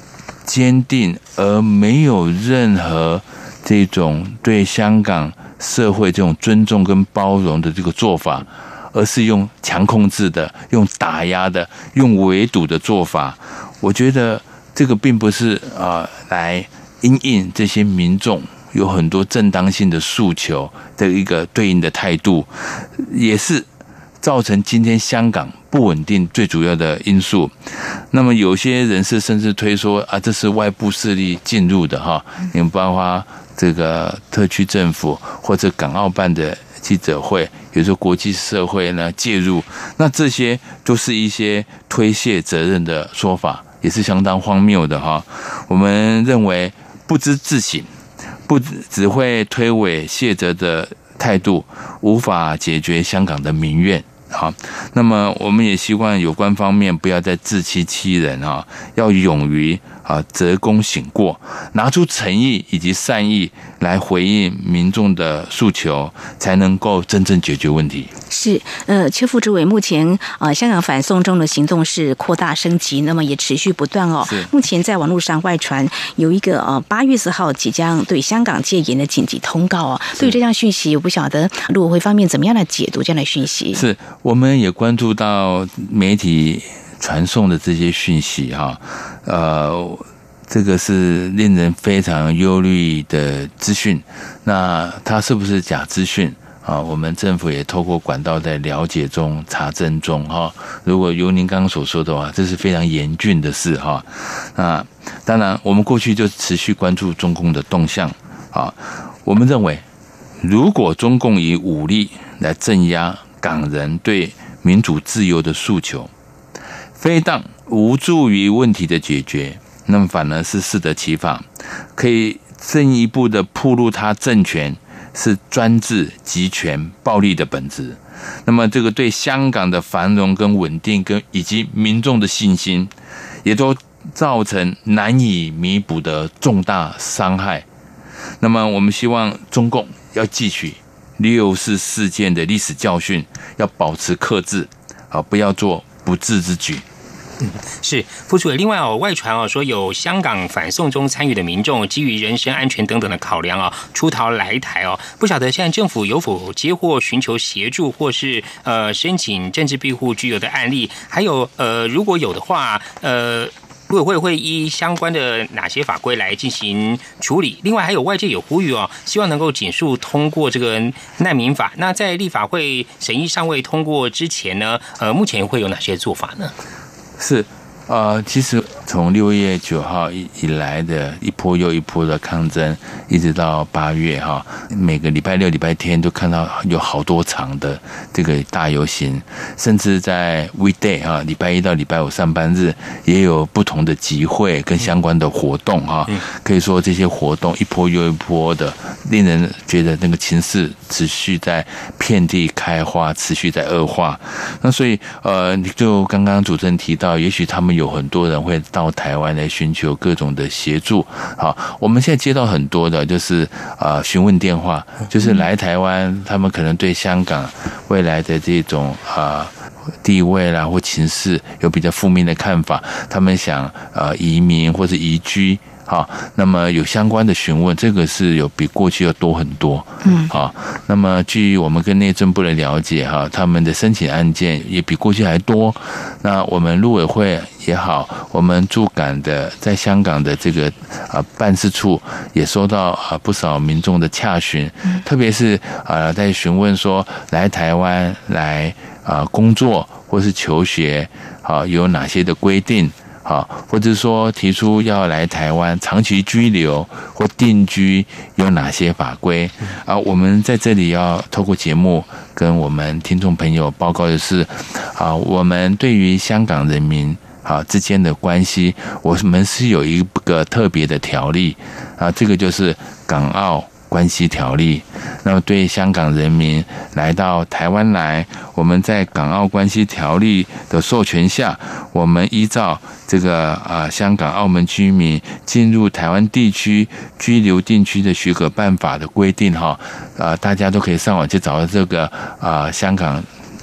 坚定而没有任何这种对香港社会这种尊重跟包容的这个做法，而是用强控制的、用打压的、用围堵的做法。我觉得这个并不是啊、呃、来因应这些民众有很多正当性的诉求的一个对应的态度，也是造成今天香港不稳定最主要的因素。那么有些人士甚至推说啊，这是外部势力进入的哈，你们包括这个特区政府或者港澳办的记者会，有时候国际社会呢介入，那这些都是一些推卸责任的说法，也是相当荒谬的哈。我们认为不知自省，不只会推诿卸责的态度，无法解决香港的民怨。好，那么我们也希望有关方面不要再自欺欺人啊，要勇于啊折弓醒过，拿出诚意以及善意来回应民众的诉求，才能够真正解决问题。 是，呃，邱副主委，目前呃香港反送中的行动是扩大升级，那么也持续不断哦。目前在网络上外传有一个呃八月四号即将对香港戒严的紧急通告哦。对于这项讯息，我不晓得陆委会方面怎么样来解读这样的讯息。 是，我们也关注到媒体传送的这些讯息哈，呃。这个是令人非常忧虑的资讯，那它是不是假资讯啊？我们政府也透过管道在了解中、查证中哈。如果如您刚刚所说的话，这是非常严峻的事哈。那当然，我们过去就持续关注中共的动向啊。我们认为，如果中共以武力来镇压港人对民主自由的诉求，非但无助于问题的解决，那么反而是适得其反，可以进一步的暴露他政权是专制、集权、暴力的本质。那么这个对香港的繁荣跟稳定跟以及民众的信心，也都造成难以弥补的重大伤害。那么我们希望中共要汲取六四事件的历史教训，要保持克制，啊，不要做不智之举。 嗯，是副主委。另外哦，外传哦说有香港反送中参与的民众，基于人身安全等等的考量哦，出逃来台哦。不晓得现在政府有否接获寻求协助，或是呃申请政治庇护居留的案例？还有呃，如果有的话，呃。陆委会会依相关的哪些法规来进行处理？另外，还有外界有呼吁哦，希望能够尽速通过这个难民法。那在立法会审议尚未通过之前呢，呃，目前会有哪些做法呢？ 是，呃，其实从六月九号以以来的一波又一波的抗争，一直到八月哈，每个礼拜六、礼拜天都看到有好多场的这个大游行，甚至在 weekday 哈，礼拜一到礼拜五上班日也有不同的集会跟相关的活动哈。可以说这些活动一波又一波的，令人觉得那个情势持续在遍地开花，持续在恶化。那所以呃，就刚刚主持人提到，也许他们有很多人会到台湾来寻求各种的协助。好，我们现在接到很多的就是呃询问电话，就是来台湾，他们可能对香港未来的这种呃地位啦或情势有比较负面的看法，他们想呃移民或者移居。好，那么有相关的询问，这个是有比过去要多很多。嗯，好，那么据我们跟内政部的了解，哈，他们的申请案件也比过去还多。那我们陆委会也好，我们驻港的在香港的这个啊办事处也收到啊不少民众的洽询，嗯、特别是啊在询问说来台湾来啊工作或是求学，啊有哪些的规定。好，或者说提出要来台湾长期居留或定居有哪些法规啊？我们在这里要透过节目跟我们听众朋友报告的是，啊，我们对于香港人民啊之间的关系，我们是有一个特别的条例啊，这个就是港澳关系条例。那么对香港人民来到台湾来，我们在港澳关系条例的授权下，我们依照这个啊、呃、香港澳门居民进入台湾地区居留定居的许可办法的规定哈，啊、呃、大家都可以上网去找到这个啊、呃、香港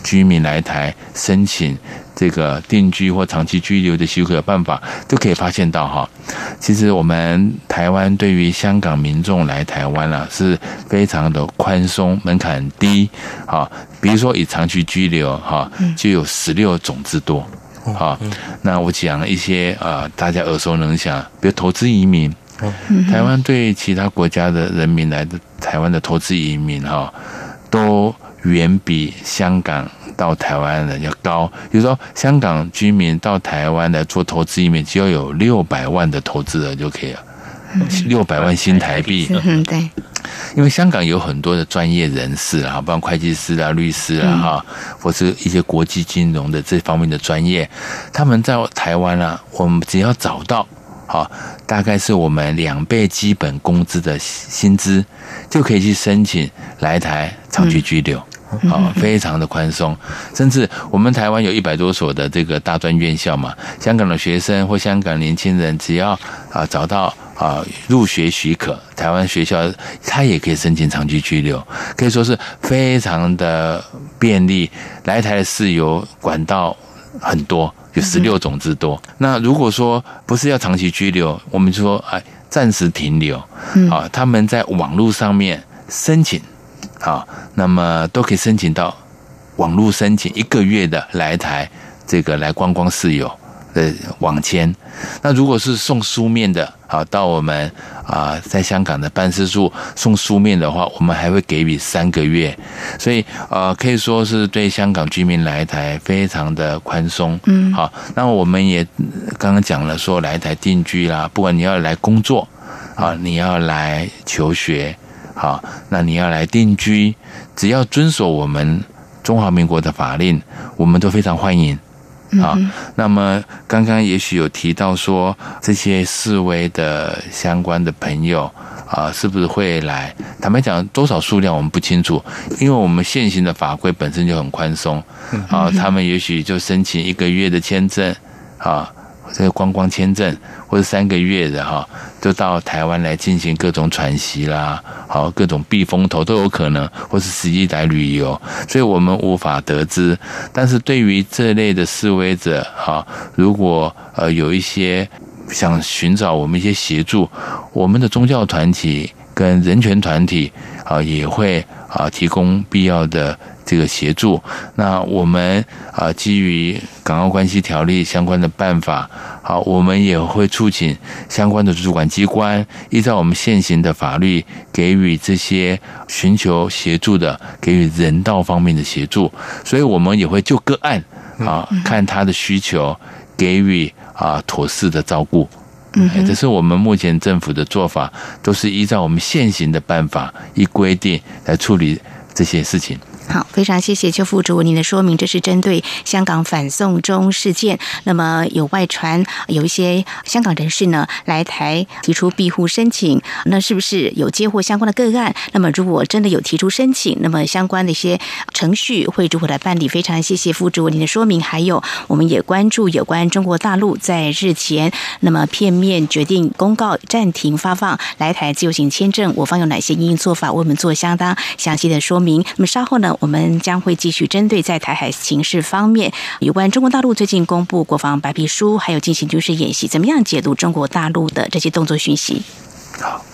居民来台申请这个定居或长期居留的许可办法，都可以发现到哈，其实我们台湾对于香港民众来台湾啊是非常的宽松，门槛低，哈，比如说以长期居留哈，就有十六种之多，哈，那我讲一些啊，大家耳熟能详，比如投资移民，台湾对其他国家的人民来的台湾的投资移民哈，都远比香港到台湾的要高。比如说，香港居民到台湾来做投资移民，只要有六百万的投资额就可以了，六百万新台币。 嗯，对。 因为香港有很多的专业人士啊，包括会计师啊、律师啊，哈、嗯，或是一些国际金融的这方面的专业，他们在台湾啊，我们只要找到。好，大概是我们两倍基本工资的薪资，就可以去申请来台长期居留，好、嗯，非常的宽松。甚至我们台湾有一百多所的这个大专院校嘛，香港的学生或香港年轻人，只要啊找到啊入学许可，台湾学校他也可以申请长期居留，可以说是非常的便利。来台的事由管道很多。有十六种之多。那如果说不是要长期居留，我们就说哎暂时停留，啊，他们在网络上面申请，啊，那么都可以申请到网络申请一个月的来台这个来观光事友的网签。那如果是送书面的，好，到我们啊在香港的办事处送书面的话，我们还会给予三个月，所以呃可以说是对香港居民来台非常的宽松。嗯，好，那我们也刚刚讲了说来台定居啦，不管你要来工作，啊，你要来求学，好，那你要来定居，只要遵守我们中华民国的法令，我们都非常欢迎。好，那么刚刚也许有提到说这些示威的相关的朋友啊，是不是会来？坦白讲，多少数量我们不清楚，因为我们现行的法规本身就很宽松啊，他们也许就申请一个月的签证啊，这个观光签证，或者三个月的哈，就到台湾来进行各种喘息啦，好，各种避风头都有可能，或是实际来旅游，所以我们无法得知。但是对于这类的示威者哈，如果呃有一些想寻找我们一些协助，我们的宗教团体跟人权团体啊也会啊提供必要的这个协助。那我们啊基于港澳关系条例相关的办法，好，我们也会促请相关的主管机关依照我们现行的法律，给予这些寻求协助的，给予人道方面的协助。所以我们也会就个案啊看他的需求，给予啊妥适的照顾。嗯，这是我们目前政府的做法，都是依照我们现行的办法依规定来处理这些事情。 好，非常谢谢邱副主您的说明，这是针对香港反送中事件，那么有外传有一些香港人士呢来台提出庇护申请，那是不是有接获相关的个案？那么如果真的有提出申请，那么相关的一些程序会如何来办理？非常谢谢副主您的说明，还有我们也关注有关中国大陆在日前那么片面决定公告暂停发放来台自由行签证，我方有哪些因应做法，为我们做相当详细的说明。那么稍后呢，我们将会继续针对在台海情势方面，有关中国大陆最近公布国防白皮书，还有进行军事演习，怎么样解读中国大陆的这些动作讯息？ 好。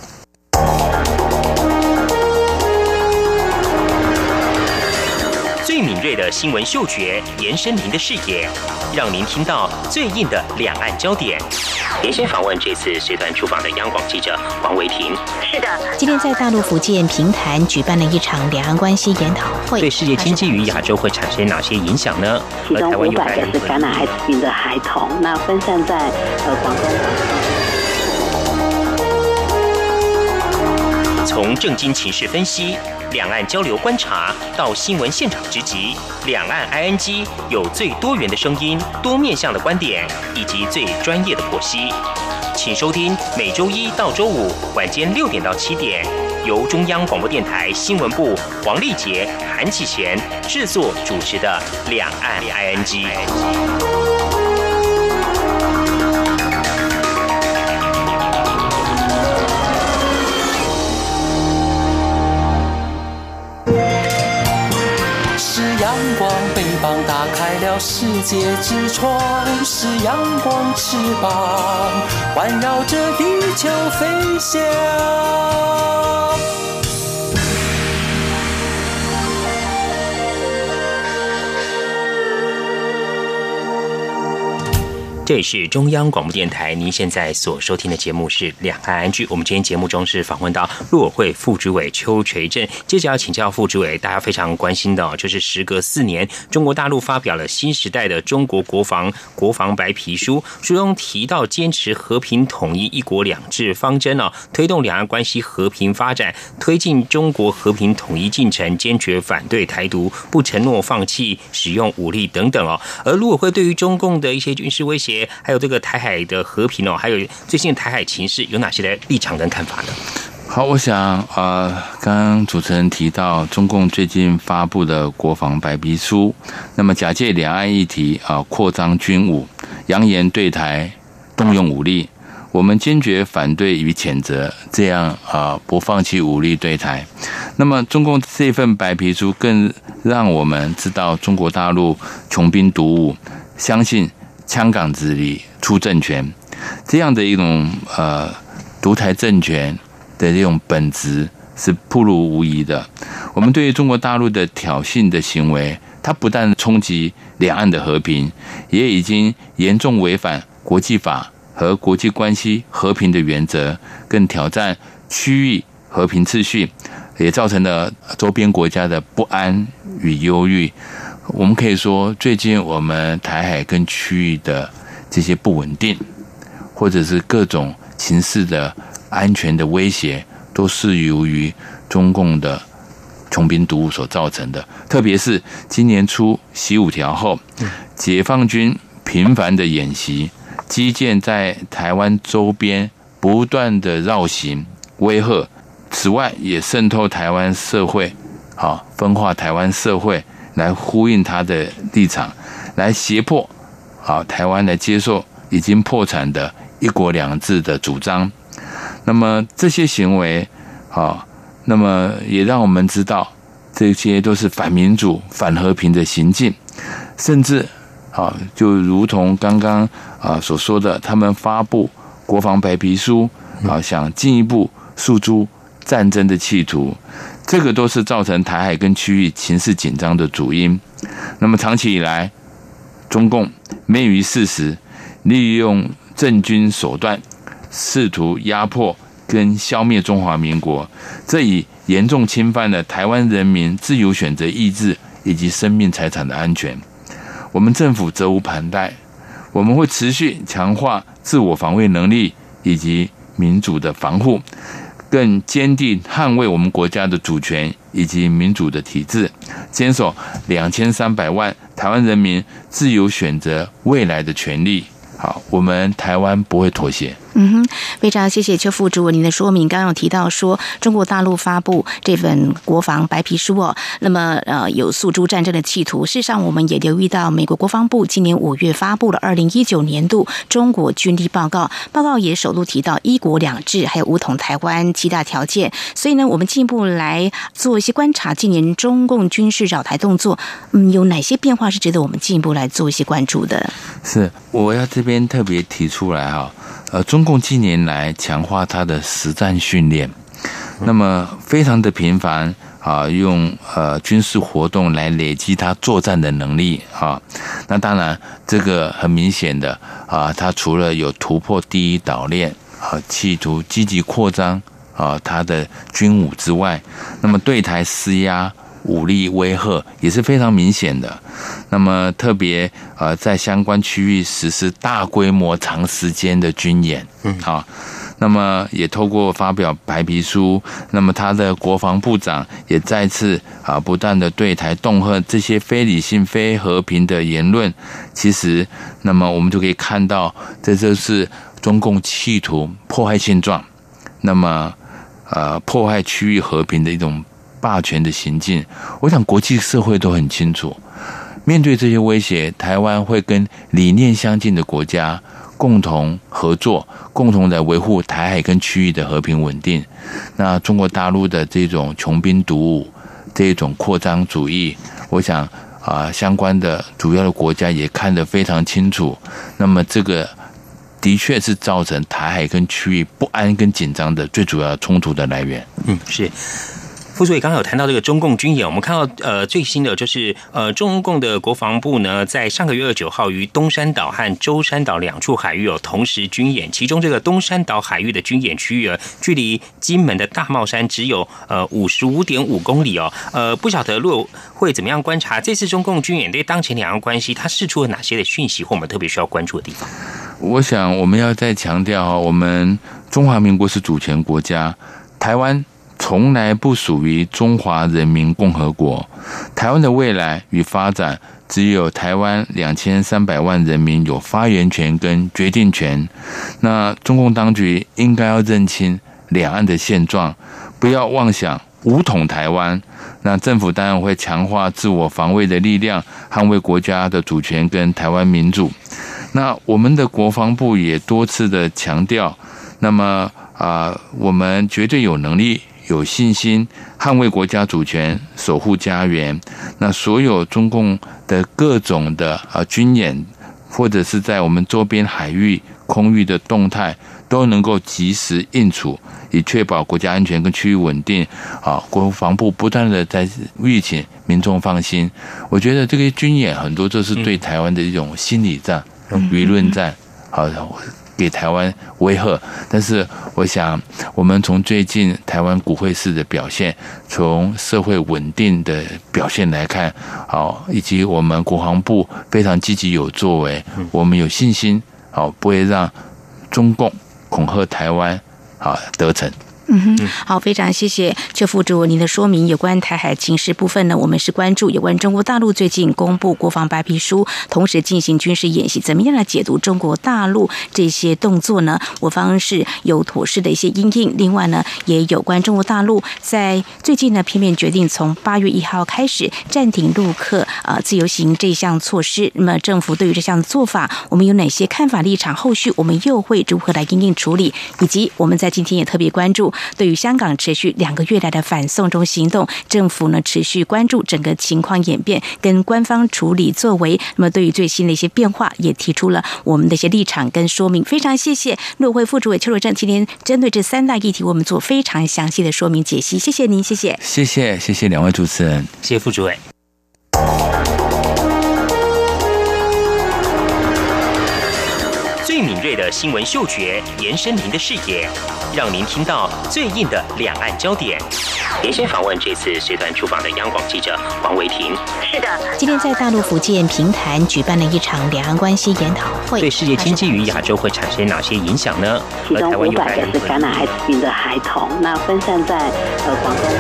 最敏锐的新闻嗅觉，延伸您的视野，让您听到最硬的两岸焦点。连线访问这次随团出访的央广记者黄维婷。 是的， 今天在大陆福建平潭举办了一场两岸关系研讨会， 对世界经济与亚洲会产生哪些影响呢？ 其中五百个是感染艾滋病的孩童，那分散在呃广东。 从政经情势分析、两岸交流观察到新闻现场直击，两岸 I N G 有最多元的声音、多面向的观点以及最专业的剖析。请收听每周一到周五晚间六点到七点，由中央广播电台新闻部黄丽杰、韩启贤制作主持的《两岸 I N G》。 是阳光，翅膀打开了世界之窗，是阳光翅膀环绕着地球飞翔。 这里是中央广播电台，您现在所收听的节目是两岸安居。我们今天节目中是访问到陆委会副主委邱垂正，接着要请教副主委，大家非常关心的哦，就是时隔四年，中国大陆发表了新时代的中国国防国防白皮书，书中提到坚持和平统一、一国两制方针哦，推动两岸关系和平发展，推进中国和平统一进程，坚决反对台独，不承诺放弃使用武力等等哦。而陆委会对于中共的一些军事威胁，还有这个台海的和平哦，还有最近台海情势有哪些的立场跟看法呢？ 好，我想呃，刚刚主持人提到中共最近发布的国防白皮书，那么假借两岸议题啊、呃，扩张军武，扬言对台动用武力，我们坚决反对与谴责这样啊、呃、不放弃武力对台。那么中共这份白皮书更让我们知道中国大陆穷兵黩武，相信枪杆子里出政权，这样的一种呃独裁政权的这种本质是暴露无遗的。我们对于中国大陆的挑衅的行为，它不但冲击两岸的和平，也已经严重违反国际法和国际关系和平的原则，更挑战区域和平秩序，也造成了周边国家的不安与忧郁。我们可以说，最近我们台海跟区域的这些不稳定，或者是各种形势的安全的威胁，都是由于中共的穷兵黩武所造成的。特别是今年初习五条后，解放军频繁的演习，机舰在台湾周边不断的绕行威吓，此外也渗透台湾社会，好分化台湾社会，来呼应他的立场，来胁迫好台湾来接受已经破产的一国两制的主张。那么这些行为好，那么也让我们知道这些都是反民主反和平的行径，甚至啊就如同刚刚啊所说的，他们发布国防白皮书啊，想进一步诉诸战争的企图，这个都是造成台海跟区域情势紧张的主因。那么长期以来，中共昧于事实，利用政军手段，试图压迫跟消灭中华民国，这已严重侵犯了台湾人民自由选择意志以及生命财产的安全。我们政府责无旁贷，我们会持续强化自我防卫能力以及民主的防护，更坚定捍卫我们国家的主权以及民主的体制，坚守两千三百万台湾人民自由选择未来的权利。好，我们台湾不会妥协。 嗯哼，非常谢谢邱副主委您的说明。刚刚有提到说，中国大陆发布这份国防白皮书哦，那么呃有诉诸战争的企图。事实上，我们也留意到，美国国防部今年五月发布了二零一九年度中国军力报告，报告也首度提到一国两制还有武统台湾七大条件。所以呢，我们进一步来做一些观察，今年中共军事扰台动作，嗯，有哪些变化是值得我们进一步来做一些关注的？ 是，我要这边特别提出来哈。呃，中共近年来强化它的实战训练，那么非常的频繁啊，用呃军事活动来累积它作战的能力啊。那当然，这个很明显的啊，它除了有突破第一岛链啊，企图积极扩张啊它的军武之外，那么对台施压、武力威吓也是非常明显的。那么特别呃，在相关区域实施大规模、长时间的军演，嗯，好，那么也透过发表白皮书，那么他的国防部长也再次啊，不断的对台恫吓这些非理性、非和平的言论。其实，那么我们就可以看到，这就是中共企图破坏现状，那么呃，破坏区域和平的一种霸权的行径。我想国际社会都很清楚，面对这些威胁，台湾会跟理念相近的国家共同合作，共同来维护台海跟区域的和平稳定。那中国大陆的这种穷兵黩武，这种扩张主义，我想啊相关的主要的国家也看得非常清楚。那么这个的确是造成台海跟区域不安跟紧张的最主要冲突的来源。 嗯，是。副主委刚刚有谈到这个中共军演，我们看到呃最新的就是呃中共的国防部呢，在上个月二十九号于东山岛和舟山岛两处海域有同时军演，其中这个东山岛海域的军演区域啊，距离金门的大帽山只有呃五十五点五公里哦。呃，不晓得陆会怎么样观察这次中共军演对当前两岸关系，它释出了哪些的讯息，或我们特别需要关注的地方？ 我想我们要再强调，我们中华民国是主权国家，台湾从来不属于中华人民共和国，台湾的未来与发展只有台湾两千三百万人民有发言权跟决定权。那中共当局应该要认清两岸的现状，不要妄想武统台湾。那政府当然会强化自我防卫的力量，捍卫国家的主权跟台湾民主。那我们的国防部也多次的强调，那么啊、呃，我们绝对有能力、有信心捍卫国家主权、守护家园。那所有中共的各种的啊、呃、军演，或者是在我们周边海域、空域的动态，都能够及时应处，以确保国家安全跟区域稳定。啊，国防部不断的在吁请民众放心。我觉得这个军演很多都是对台湾的一种心理战、舆论战，好。给台湾威吓，但是我想，我们从最近台湾股汇市的表现，从社会稳定的表现来看，好，以及我们国防部非常积极有作为，我们有信心，好，不会让中共恐吓台湾，好得逞。 嗯哼，好，非常谢谢邱副主您的说明。有关台海情势部分呢，我们是关注有关中国大陆最近公布国防白皮书，同时进行军事演习，怎么样来解读中国大陆这些动作呢？我方是有妥适的一些因应。另外呢，也有关中国大陆在最近呢，片面决定从八月一号开始暂停陆客呃自由行这项措施。那么政府对于这项做法，我们有哪些看法立场？后续我们又会如何来因应处理？以及我们在今天也特别关注。对于香港持续两个月来的反送中行动，政府呢持续关注整个情况演变跟官方处理作为，那么对于最新的一些变化也提出了我们的一些立场跟说明。非常谢谢陆委会副主委邱若正今天针对这三大议题我们做非常详细的说明解析，谢谢您，谢谢谢谢谢谢两位主持人， 谢谢副主委。最敏锐的新闻嗅觉，延伸您的视野，让您听到最硬的两岸焦点。连线访问这次随团出访的央广记者黄维婷。 是的， 今天在大陆福建平潭举办了一场两岸关系研讨会， 对世界经济与亚洲会产生哪些影响呢？ 其中五百个是感染艾滋病的孩童，那分散在呃广东。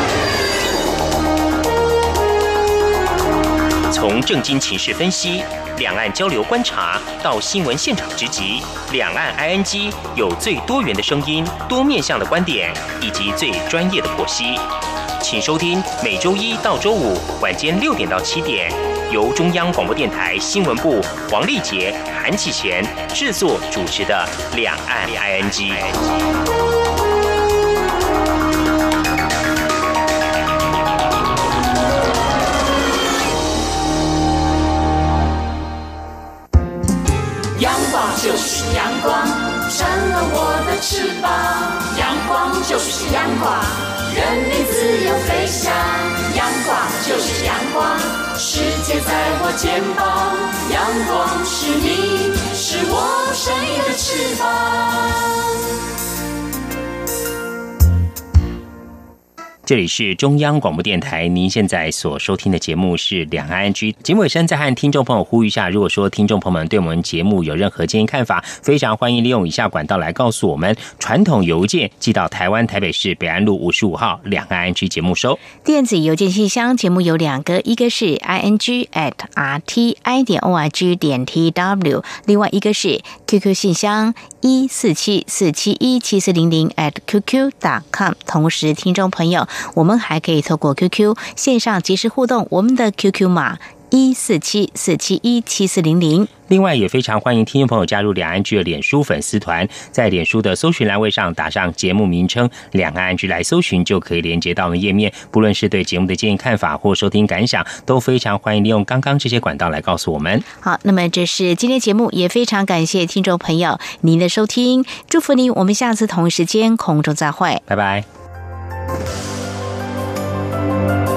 从政经情势分析、两岸交流观察到新闻现场直击，两岸 I N G 有最多元的声音、多面向的观点以及最专业的剖析。请收听每周一到周五晚间六点到七点，由中央广播电台新闻部黄丽杰、韩启贤制作主持的《两岸 I N G》。 阳光就是阳光，扇了我的翅膀。阳光就是阳光，人民自由飞翔。阳光就是阳光，世界在我肩膀。阳光是你，是我生命的翅膀。 这里是中央广播电台，您现在所收听的节目是两岸 I N G。 节目尾声再和听众朋友呼吁一下，如果说听众朋友们对我们节目有任何建议看法，非常欢迎利用以下管道来告诉我们。传统邮件寄到台湾台北市北安路五十五号两岸 I N G 节目收。 电子邮件信箱节目有两个，一个是 i n g at r t i 点 o r g 点 t w， 另外一个是 Q Q 信箱一四七四七一七四零零 at q q dot com。 同时听众朋友，我们还可以透过 Q Q 线上即时互动，我们的 Q Q 码一四七四七一七四零零。 另外，也非常欢迎听众朋友加入两岸居的脸书粉丝团，在脸书的搜寻栏位上打上节目名称“两岸居”来搜寻，就可以连接到我们页面。不论是对节目的建议、看法或收听感想，都非常欢迎利用刚刚这些管道来告诉我们。 好，那么这是今天节目，也非常感谢听众朋友您的收听，祝福您，我们下次同一时间空中再会， 拜拜。